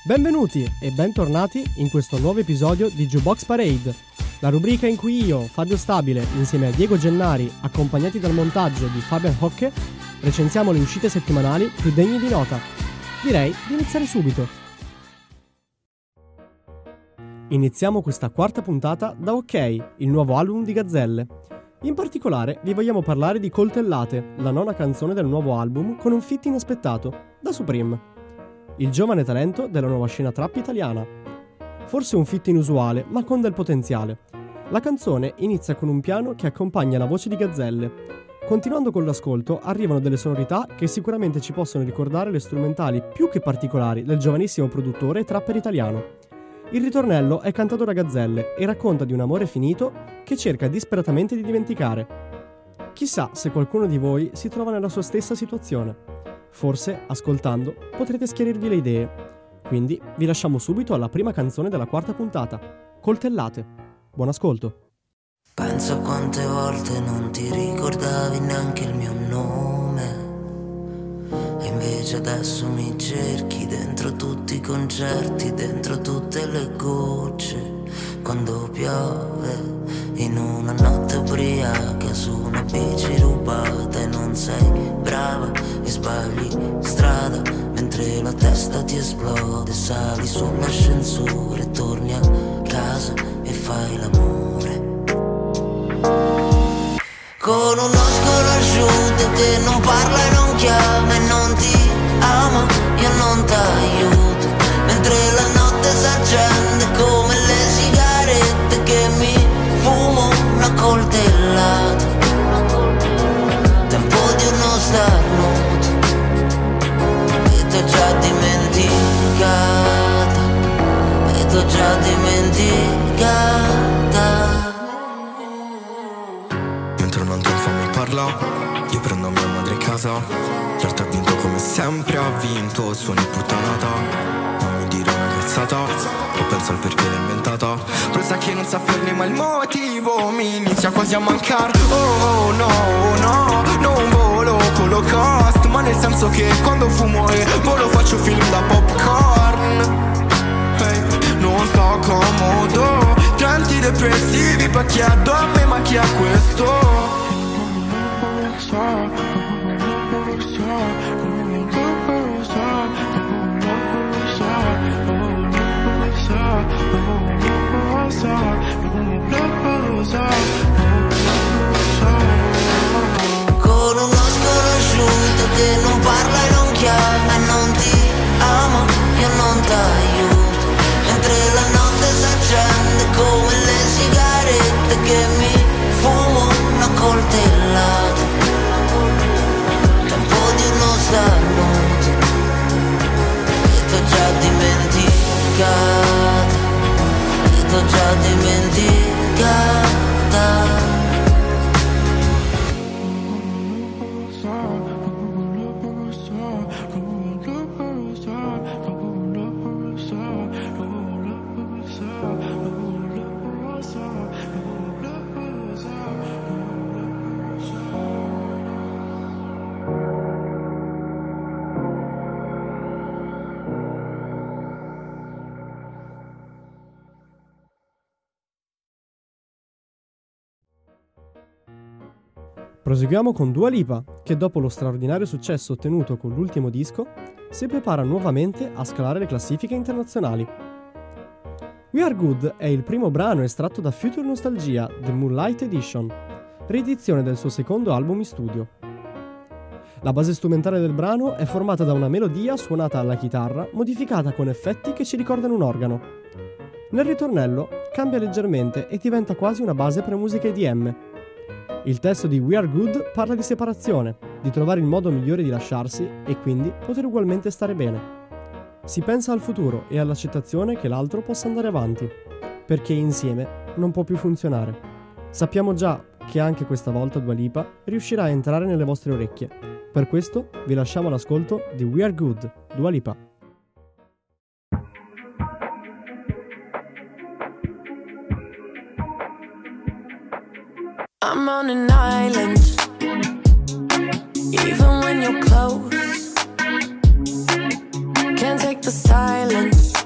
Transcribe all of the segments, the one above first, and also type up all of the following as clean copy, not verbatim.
Benvenuti e bentornati in questo nuovo episodio di Jukebox Parade, la rubrica in cui io, Fabio Stabile, insieme a Diego Gennari, accompagnati dal montaggio di Fabian Hocke, recensiamo le uscite settimanali più degne di nota. Direi di iniziare subito. Iniziamo questa quarta puntata da OK, il nuovo album di Gazzelle. In particolare vi vogliamo parlare di Coltellate, la nona canzone del nuovo album con un feat inaspettato, da Supreme, il giovane talento della nuova scena trap italiana. Forse un feat inusuale, ma con del potenziale. La canzone inizia con un piano che accompagna la voce di Gazzelle. Continuando con l'ascolto, arrivano delle sonorità che sicuramente ci possono ricordare le strumentali più che particolari del giovanissimo produttore e trapper italiano. Il ritornello è cantato da Gazzelle e racconta di un amore finito che cerca disperatamente di dimenticare. Chissà se qualcuno di voi si trova nella sua stessa situazione. Forse, ascoltando, potrete schiarirvi le idee. Quindi vi lasciamo subito alla prima canzone della quarta puntata, Coltellate. Buon ascolto. Penso a quante volte non ti ricordavi neanche il mio nome, e invece adesso mi cerchi dentro tutti i concerti, dentro tutte le gocce, quando piove, in una notte ubriaca, su una bici rubata e non sei brava e sbagli strada, mentre la testa ti esplode, sali sull'ascensore, torni a casa e fai l'amore con uno sconosciuto che non parla e non chiama e non ti ama, io non t'aiuto, mentre la notte s'accende come le sigarette che mi fumo una coltellata, tempo di uno starnuto, e t'ho già dimenticata, e t'ho già dimenticata. Io prendo mia madre a casa, l'altro ha vinto come sempre ha vinto, suoni puttanata, non mi dire una cazzata, o penso al perché l'ho inventata, però sa che non saperne ma il motivo mi inizia quasi a mancare. Oh no, no, non volo con lo cost, ma nel senso che quando fumo e volo faccio film da popcorn. Hey, non sto comodo, tra antidepressivi per chi ha dorme ma chi ha questo. Con uno sconosciuto che non parla e non chiama e non ti ama, io non t'aiuto, mentre la notte s'accende come le sigarette che mi fumo una coltellata, tempo di uno starnuto, e t'ho già dimenticata, e t'ho già dimenticata. Proseguiamo con Dua Lipa, che dopo lo straordinario successo ottenuto con l'ultimo disco, si prepara nuovamente a scalare le classifiche internazionali. We Are Good è il primo brano estratto da Future Nostalgia, The Moonlight Edition, riedizione del suo secondo album in studio. La base strumentale del brano è formata da una melodia suonata alla chitarra, modificata con effetti che ci ricordano un organo. Nel ritornello cambia leggermente e diventa quasi una base per musica EDM. Il testo di We Are Good parla di separazione, di trovare il modo migliore di lasciarsi e quindi poter ugualmente stare bene. Si pensa al futuro e all'accettazione che l'altro possa andare avanti, perché insieme non può più funzionare. Sappiamo già che anche questa volta Dua Lipa riuscirà a entrare nelle vostre orecchie. Per questo vi lasciamo all'ascolto di We Are Good, Dua Lipa. I'm on an island, even when you're close. Can't take the silence.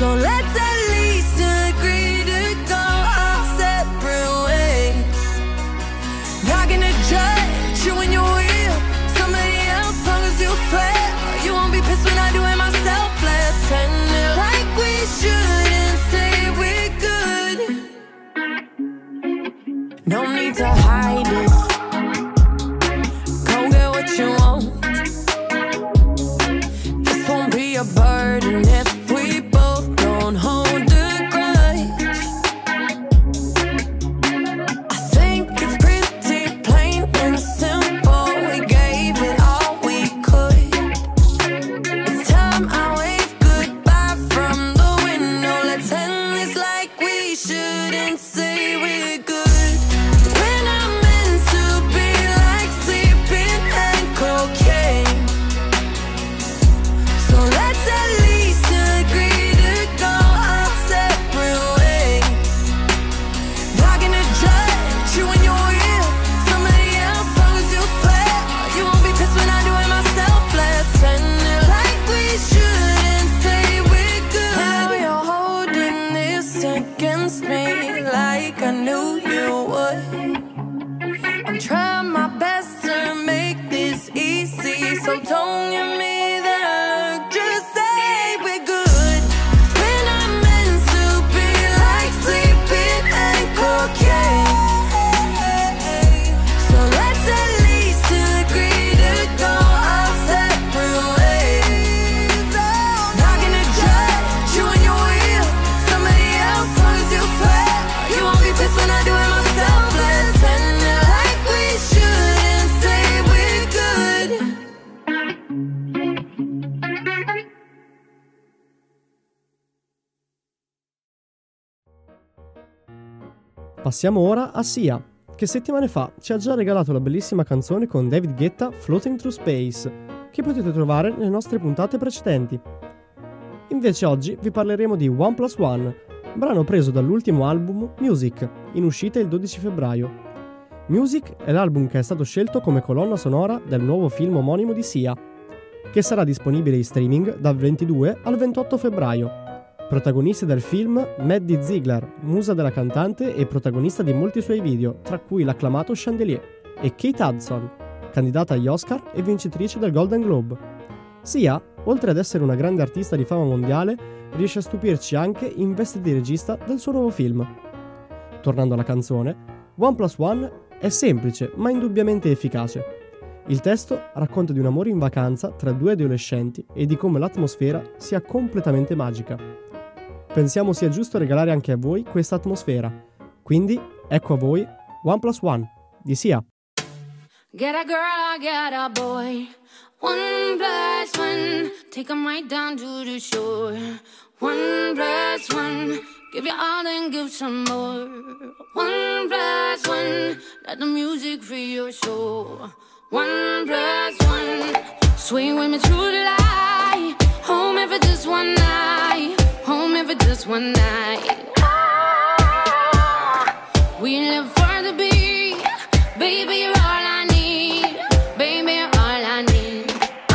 So let's at least agree to go our separate ways. Not gonna judge you when you're with somebody else, long as you swear you won't be pissed when I do it myself. Let's end it like we should and say we're good. No need to hide it. Go get what you want. This won't be a burden if we both don't hold a grudge. I think it's pretty plain and simple. We gave it all we could. It's time I wave goodbye from the window. Let's end this like we should and say we're good. When I'm meant to be like sleeping and cocaine. So let's at least agree to go our separate ways. Not gonna judge you when you're with somebody else, long as you swear you won't be pissed when I do it myself. Let's end it like we should and say we're good. Now you're holding this against me like I knew you would. I'm trying my best to make this easy, so don't give me that look, just say we're good. When I'm meant to be like sleeping and cocaine. So let's at least agree to go our separate ways. Not gonna judge you when you're with somebody else, long as you swear you won't be pissed when I do it myself. Let's end it like we should and say we're good. Passiamo ora a Sia, che settimane fa ci ha già regalato la bellissima canzone con David Guetta, Floating Through Space, che potete trovare nelle nostre puntate precedenti. Invece oggi vi parleremo di 1+1, brano preso dall'ultimo album Music, in uscita il 12 febbraio. Music è l'album che è stato scelto come colonna sonora del nuovo film omonimo di Sia, che sarà disponibile in streaming dal 22 al 28 febbraio. Protagonisti del film Maddie Ziegler, musa della cantante e protagonista di molti suoi video, tra cui l'acclamato Chandelier, e Kate Hudson, candidata agli Oscar e vincitrice del Golden Globe. Sia, oltre ad essere una grande artista di fama mondiale, riesce a stupirci anche in veste di regista del suo nuovo film. Tornando alla canzone, 1+1 è semplice ma indubbiamente efficace. Il testo racconta di un amore in vacanza tra due adolescenti e di come l'atmosfera sia completamente magica. Pensiamo sia giusto regalare anche a voi questa atmosfera. Quindi, ecco a voi 1+1 di Sia. Get a girl, get a boy. 1+1, take 'em right down to the shore. 1+1, give you all and give some more. 1+1, let the music free your soul. 1+1, swing with me through the light. Home if it's just one night. Home if it's just one night. We live for the beat. Baby, you're all I need. Baby, you're all I need.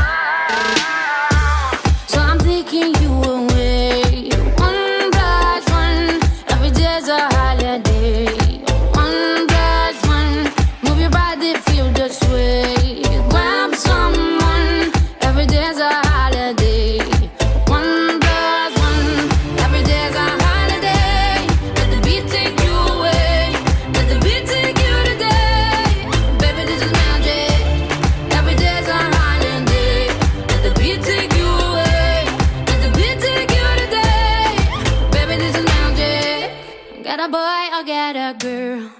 So I'm taking you away. 1+1, every day's a holiday. 1+1, move your body, feel the sway. Grab someone, every day's a holiday. 1+1, every day's a holiday. Let the beat take you away. Let the beat take you today. Baby, this is magic. Every day's a holiday. Let the beat take you away. Let the beat take you today. Baby, this is magic. Get a boy or get a girl.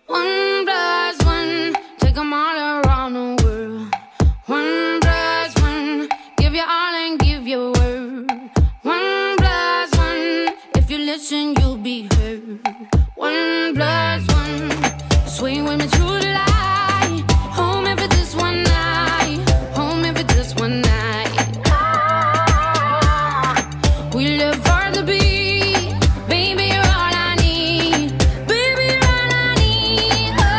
1+1, take 'em all around the world. 1+1, give your all and give your word. 1+1, if you listen, you'll be heard. 1+1, swing with me through the light. Home if it's just one night. Home if it's just one night. We live for the beat. Baby, you're all I need. Baby, you're all I need. Oh.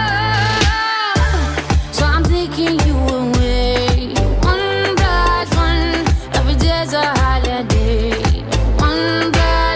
So I'm taking you away. 1+1, every day's a holiday. 1+1.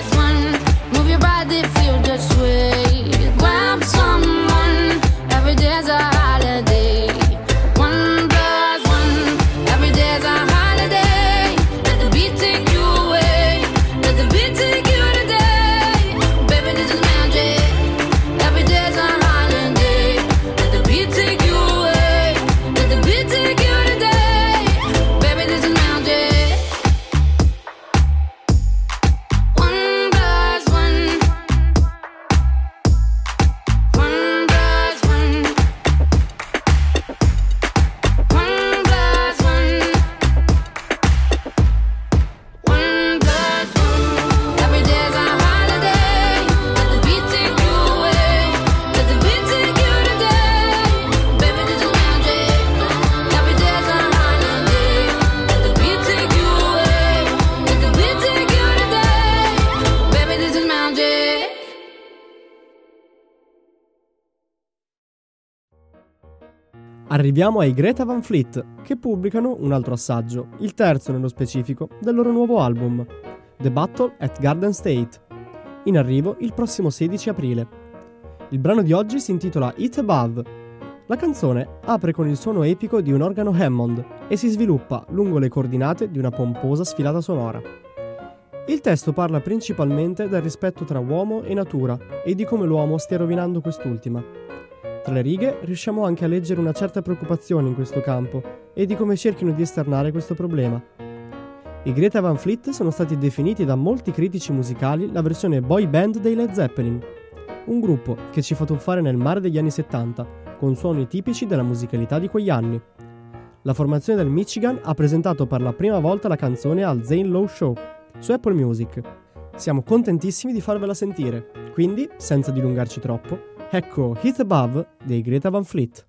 Arriviamo ai Greta Van Fleet, che pubblicano un altro assaggio, il terzo nello specifico, del loro nuovo album, The Battle at Garden State, in arrivo il prossimo 16 aprile. Il brano di oggi si intitola It Above. La canzone apre con il suono epico di un organo Hammond e si sviluppa lungo le coordinate di una pomposa sfilata sonora. Il testo parla principalmente del rispetto tra uomo e natura e di come l'uomo stia rovinando quest'ultima. Tra le righe riusciamo anche a leggere una certa preoccupazione in questo campo e di come cerchino di esternare questo problema. I Greta Van Fleet sono stati definiti da molti critici musicali la versione boy band dei Led Zeppelin, un gruppo che ci fa tuffare nel mare degli anni 70, con suoni tipici della musicalità di quegli anni. La formazione del Michigan ha presentato per la prima volta la canzone al Zane Lowe Show, su Apple Music. Siamo contentissimi di farvela sentire, quindi, senza dilungarci troppo, ecco Hit Above dei Greta Van Fleet.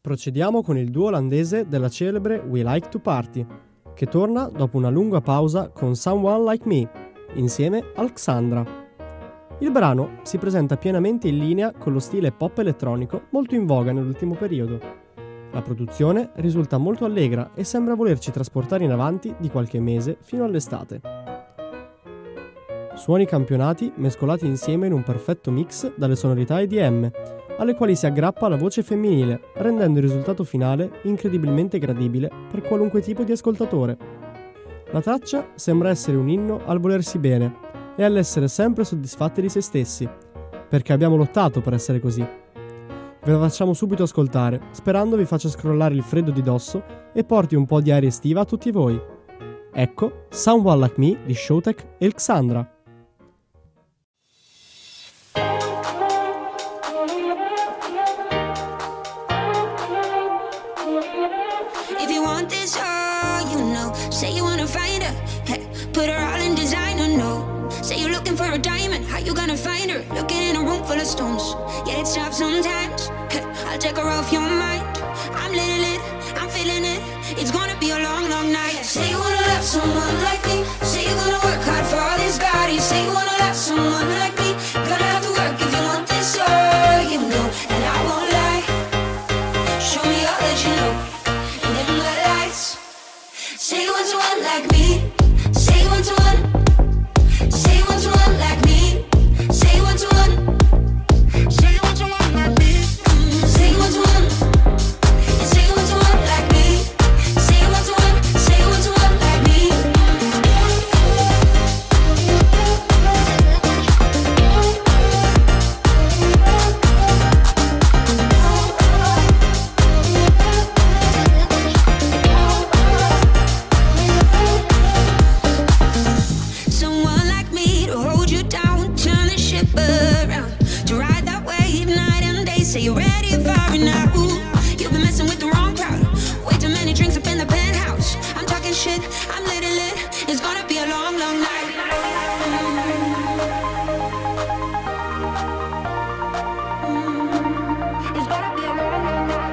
Procediamo con il duo olandese della celebre We Like to Party, che torna dopo una lunga pausa con Someone Like Me, insieme al Xandra. Il brano si presenta pienamente in linea con lo stile pop elettronico molto in voga nell'ultimo periodo. La produzione risulta molto allegra e sembra volerci trasportare in avanti di qualche mese fino all'estate. Suoni campionati mescolati insieme in un perfetto mix dalle sonorità EDM, alle quali si aggrappa la voce femminile, rendendo il risultato finale incredibilmente gradibile per qualunque tipo di ascoltatore. La traccia sembra essere un inno al volersi bene e all'essere sempre soddisfatti di se stessi, perché abbiamo lottato per essere così. Ve la facciamo subito ascoltare, sperando vi faccia scrollare il freddo di dosso e porti un po' di aria estiva a tutti voi. Ecco Someone Like Me di Showtek e il Xandra. If you want this, oh, you know, say you wanna find her, hey, put her all in designer, no. Say you're looking for a diamond, how you gonna find her? Looking in a room full of stones, yeah, it's tough sometimes, hey, I'll take her off your mind. I'm little it, I'm feeling it, it's gonna be a long, long night. Say you wanna love someone like me, say you're gonna work hard for all this body. Say you wanna love someone like me, gonna have to work if you want this, oh, you know, and I won't lie. Show me all that you know. Say you want someone like me. Say you want someone. Say you want someone like me. Say you want someone. Say you want someone like me. Say you want someone. Say you want someone like me. Say you want someone. Say you want someone like me. Say you're ready for it now. You've been messing with the wrong crowd. Way too many drinks up in the penthouse. I'm talking shit, I'm lit and lit. It's gonna be a long, long night. It's gonna be a long, long night.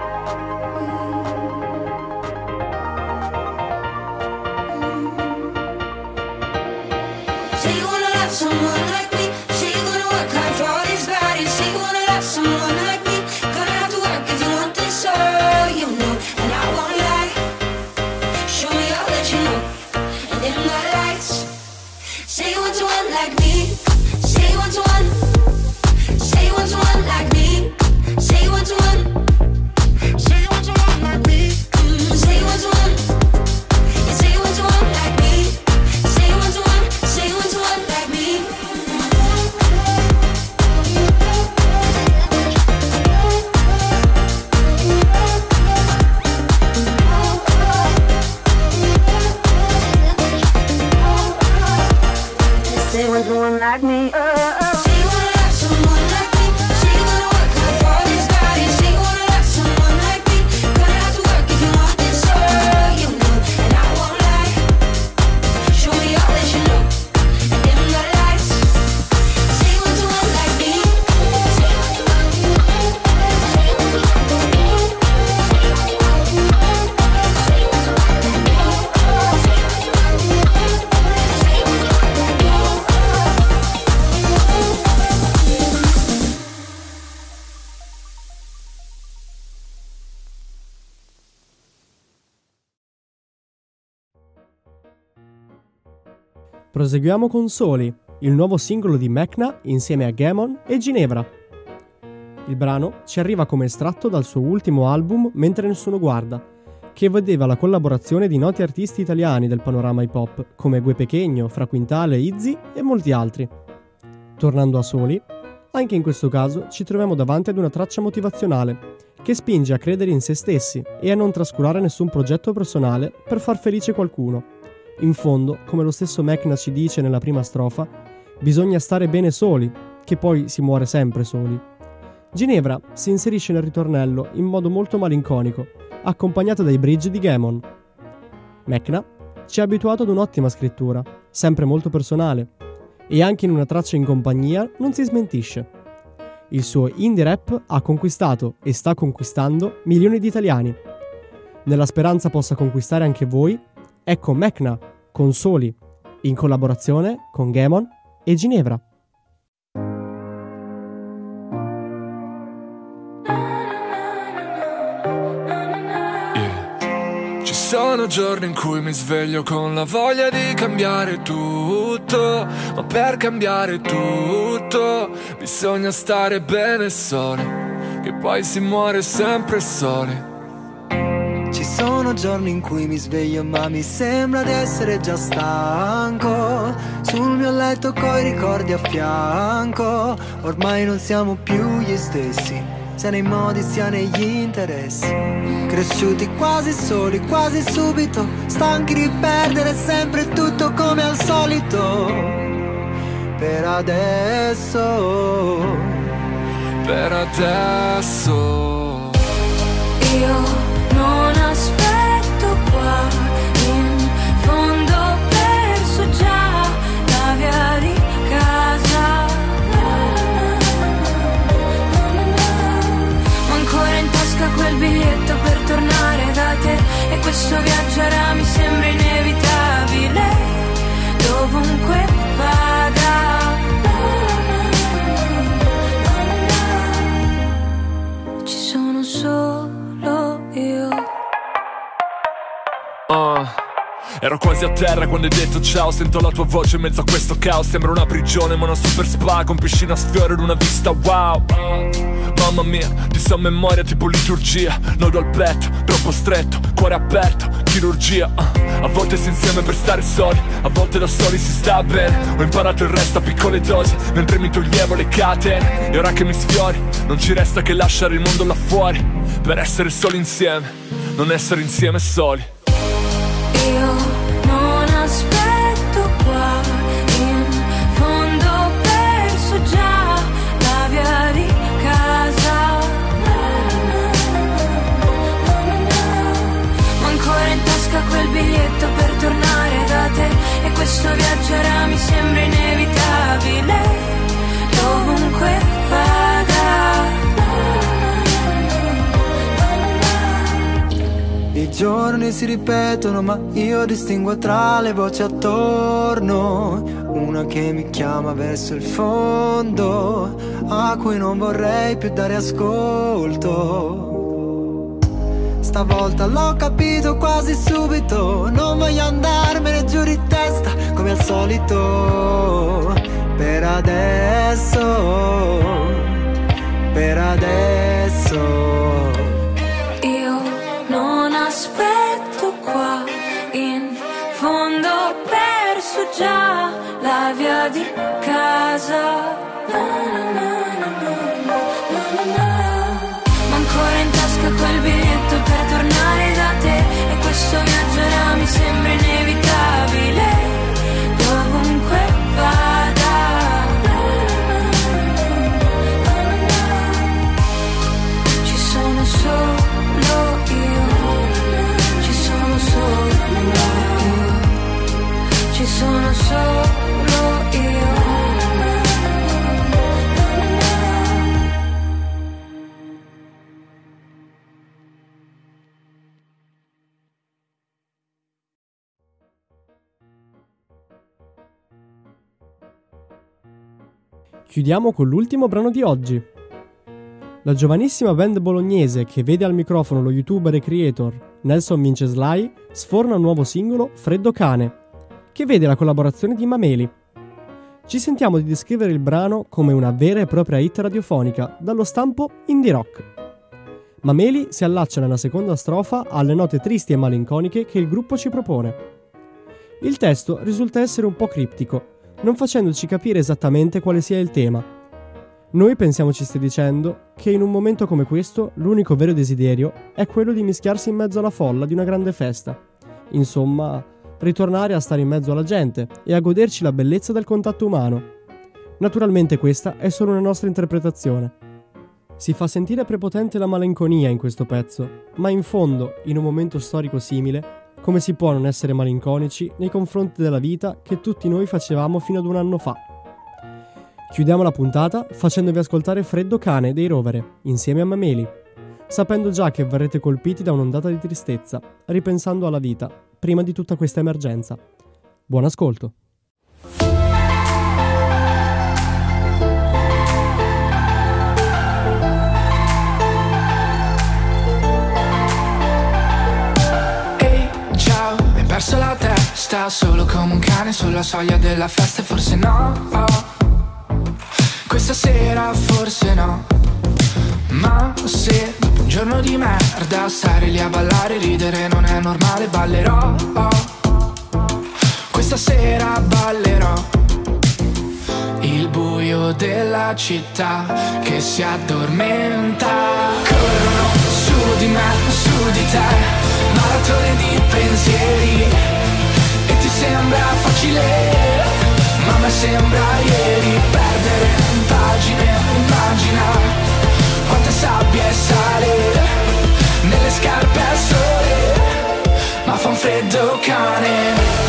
Say you wanna love someone like me. Say you're gonna work hard for all these bodies. Say you wanna love someone like me, gonna have to work if you want this, oh, you know, and I won't lie. Show me all that you know, and then the lights. Say you want someone like me. Say you want someone. Say you want someone like me. Say you want someone. Say you want someone like me. Say you want someone. Say you want someone like me. Say you want someone. Say you want someone like me. Say you want someone like me. Say you wanna love someone like me. Say you wanna work hard for all these bodies. Say you wanna love someone like me. Gonna have to work if you want this, oh, you know, and I won't lie. Show me all that you know, and dim the lights. Say you want someone like me. Say you want someone. Say you want someone. Say you want someone like me. Proseguiamo con Soli, il nuovo singolo di Mecna insieme a Gamon e Ginevra. Il brano ci arriva come estratto dal suo ultimo album Mentre Nessuno Guarda, che vedeva la collaborazione di noti artisti italiani del panorama hip hop come Gue Pequeno, Fra Quintale, Izzy e molti altri. Tornando a Soli, anche in questo caso ci troviamo davanti ad una traccia motivazionale che spinge a credere in se stessi e a non trascurare nessun progetto personale per far felice qualcuno. In fondo, come lo stesso Mecna ci dice nella prima strofa, bisogna stare bene soli, che poi si muore sempre soli. Ginevra si inserisce nel ritornello in modo molto malinconico, accompagnata dai bridge di Gamon. Mecna ci ha abituato ad un'ottima scrittura, sempre molto personale, e anche in una traccia in compagnia non si smentisce. Il suo indie rap ha conquistato e sta conquistando milioni di italiani. Nella speranza possa conquistare anche voi, ecco Mecna con Soli, in collaborazione con Gamon e Ginevra. Ci sono giorni in cui mi sveglio con la voglia di cambiare tutto, ma per cambiare tutto bisogna stare bene soli, che poi si muore sempre soli. Ci sono giorni in cui mi sveglio ma mi sembra di essere già stanco, sul mio letto coi ricordi a fianco. Ormai non siamo più gli stessi, sia nei modi sia negli interessi. Cresciuti quasi soli, quasi subito, stanchi di perdere sempre tutto come al solito. Per adesso io non aspetto qua, in fondo ho perso già la via di casa. Ho ancora in tasca quel biglietto per tornare da te, e questo viaggio ora mi sembra inevitabile, dovunque vada. Ci sono solo io. Ero quasi a terra quando hai detto ciao, sento la tua voce in mezzo a questo caos. Sembra una prigione ma una super spa, con piscina a sfiore ed una vista wow. Mamma mia, ti so a memoria tipo liturgia. Nodo al petto, troppo stretto, cuore aperto, chirurgia. A volte si insieme per stare soli, a volte da soli si sta bene. Ho imparato il resto a piccole dosi, mentre mi toglievo le catene. E ora che mi sfiori, non ci resta che lasciare il mondo là fuori, per essere soli insieme, non essere insieme soli. Io non aspetto qua, in fondo ho perso già la via di casa. Ho ancora in tasca quel biglietto per tornare da te, e questo viaggio ora mi sembra inevitabile, dovunque vada. I giorni si ripetono ma io distingo tra le voci attorno, una che mi chiama verso il fondo, a cui non vorrei più dare ascolto. Stavolta l'ho capito quasi subito, non voglio andarmene giù di testa come al solito. Per adesso Non aspetto qua, in fondo ho perso già la via di casa. Ma ancora in tasca quel biglietto per tornare da te, e questo viaggio ora mi sembra inevitabile, dovunque vada. Ci sono solo io, ci sono solo io, ci sono solo io. Chiudiamo con l'ultimo brano di oggi. La giovanissima band bolognese che vede al microfono lo youtuber e creator Nelson Vinceslai sforna un nuovo singolo, Freddo Cane, che vede la collaborazione di Mameli. Ci sentiamo di descrivere il brano come una vera e propria hit radiofonica dallo stampo indie rock. Mameli si allaccia nella seconda strofa alle note tristi e malinconiche che il gruppo ci propone. Il testo risulta essere un po' criptico, non facendoci capire esattamente quale sia il tema. Noi pensiamo ci stia dicendo che in un momento come questo l'unico vero desiderio è quello di mischiarsi in mezzo alla folla di una grande festa. Insomma, ritornare a stare in mezzo alla gente e a goderci la bellezza del contatto umano. Naturalmente questa è solo una nostra interpretazione. Si fa sentire prepotente la malinconia in questo pezzo, ma in fondo, in un momento storico simile, come si può non essere malinconici nei confronti della vita che tutti noi facevamo fino ad un anno fa? Chiudiamo la puntata facendovi ascoltare Freddo Cane dei Rovere, insieme a Mameli, sapendo già che verrete colpiti da un'ondata di tristezza, ripensando alla vita, prima di tutta questa emergenza. Buon ascolto! Perso la testa, solo come un cane sulla soglia della festa e forse no, questa sera forse no. Ma se dopo un giorno di merda stare lì a ballare, ridere non è normale, ballerò, questa sera ballerò. Il buio della città che si addormenta, corrono su di me, su di te, maratone di pensieri, e ti sembra facile, ma a me sembra ieri, perdere pagine, immagina quante sabbie e sale nelle scarpe al sole, ma fa un freddo cane.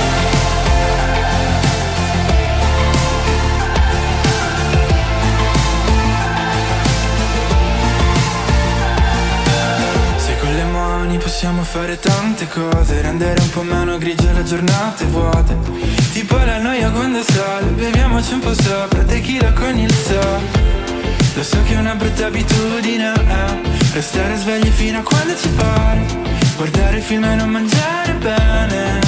Possiamo fare tante cose, rendere un po' meno grigie le giornate vuote, tipo la noia quando sale, beviamoci un po' sopra, tequila con il sole. Lo so che è una brutta abitudine, restare svegli fino a quando ci pare, guardare film e non mangiare bene,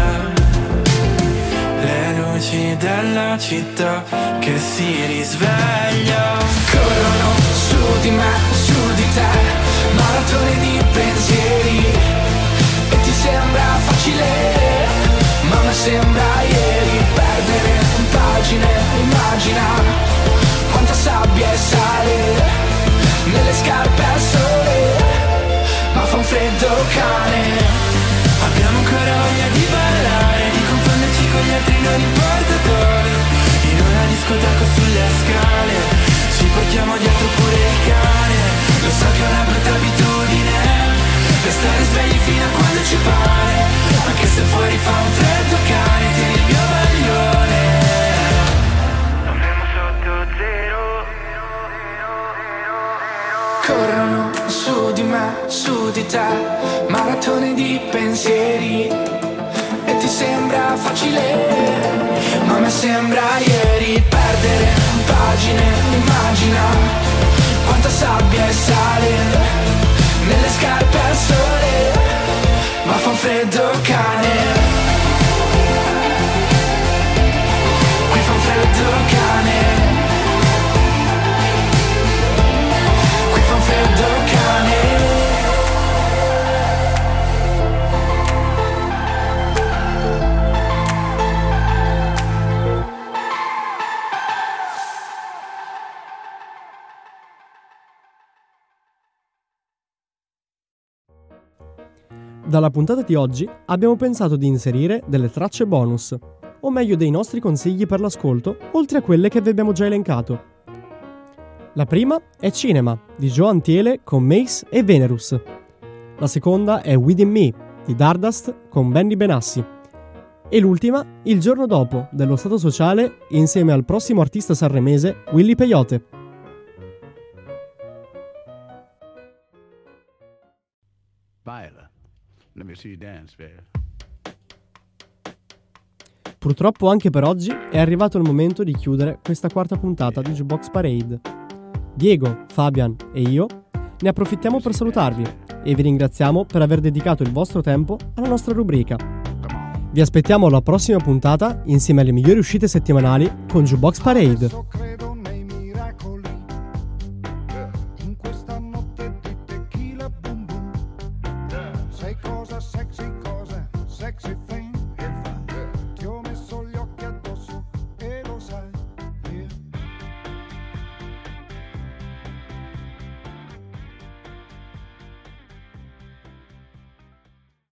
le luci della città che si risveglia, corrono su di me, su di te, maratone di pensieri, e ti sembra facile, ma a me sembra ieri, perdere pagine, immagina quanta sabbia e sale nelle scarpe al sole, ma fa un freddo cane. Abbiamo ancora voglia di ballare, di confonderci con gli altri, non importa dove, in una discoteca sulle scale, ci portiamo dietro pure il cane. Lo so che è una brutta abitudine, restare svegli fino a quando ci pare, anche se fuori fa un freddo cane, tieni il mio maglione. Andremo sotto zero. Corrono su di me, su di te, maratone di pensieri, e ti sembra facile, ma a me sembra ieri, perdere pagine, immagina quanta sabbia e sale nelle scarpe al sole, ma fa un freddo cane. Qui fa un freddo cane. Qui fa un freddo cane. Dalla puntata di oggi abbiamo pensato di inserire delle tracce bonus, o meglio dei nostri consigli per l'ascolto, oltre a quelle che vi abbiamo già elencato. La prima è Cinema, di Joe Antiele con Mace e Venerus. La seconda è Within Me, di Dardust con Benny Benassi. E l'ultima, Il giorno dopo, dello Stato Sociale, insieme al prossimo artista sanremese, Willy Peyote. Viola. Let me see you dance, baby. Purtroppo anche per oggi è arrivato il momento di chiudere questa quarta puntata di Jukebox Parade. Diego, Fabian e io ne approfittiamo per salutarvi e vi ringraziamo per aver dedicato il vostro tempo alla nostra rubrica. Vi aspettiamo alla prossima puntata insieme alle migliori uscite settimanali con Jukebox Parade.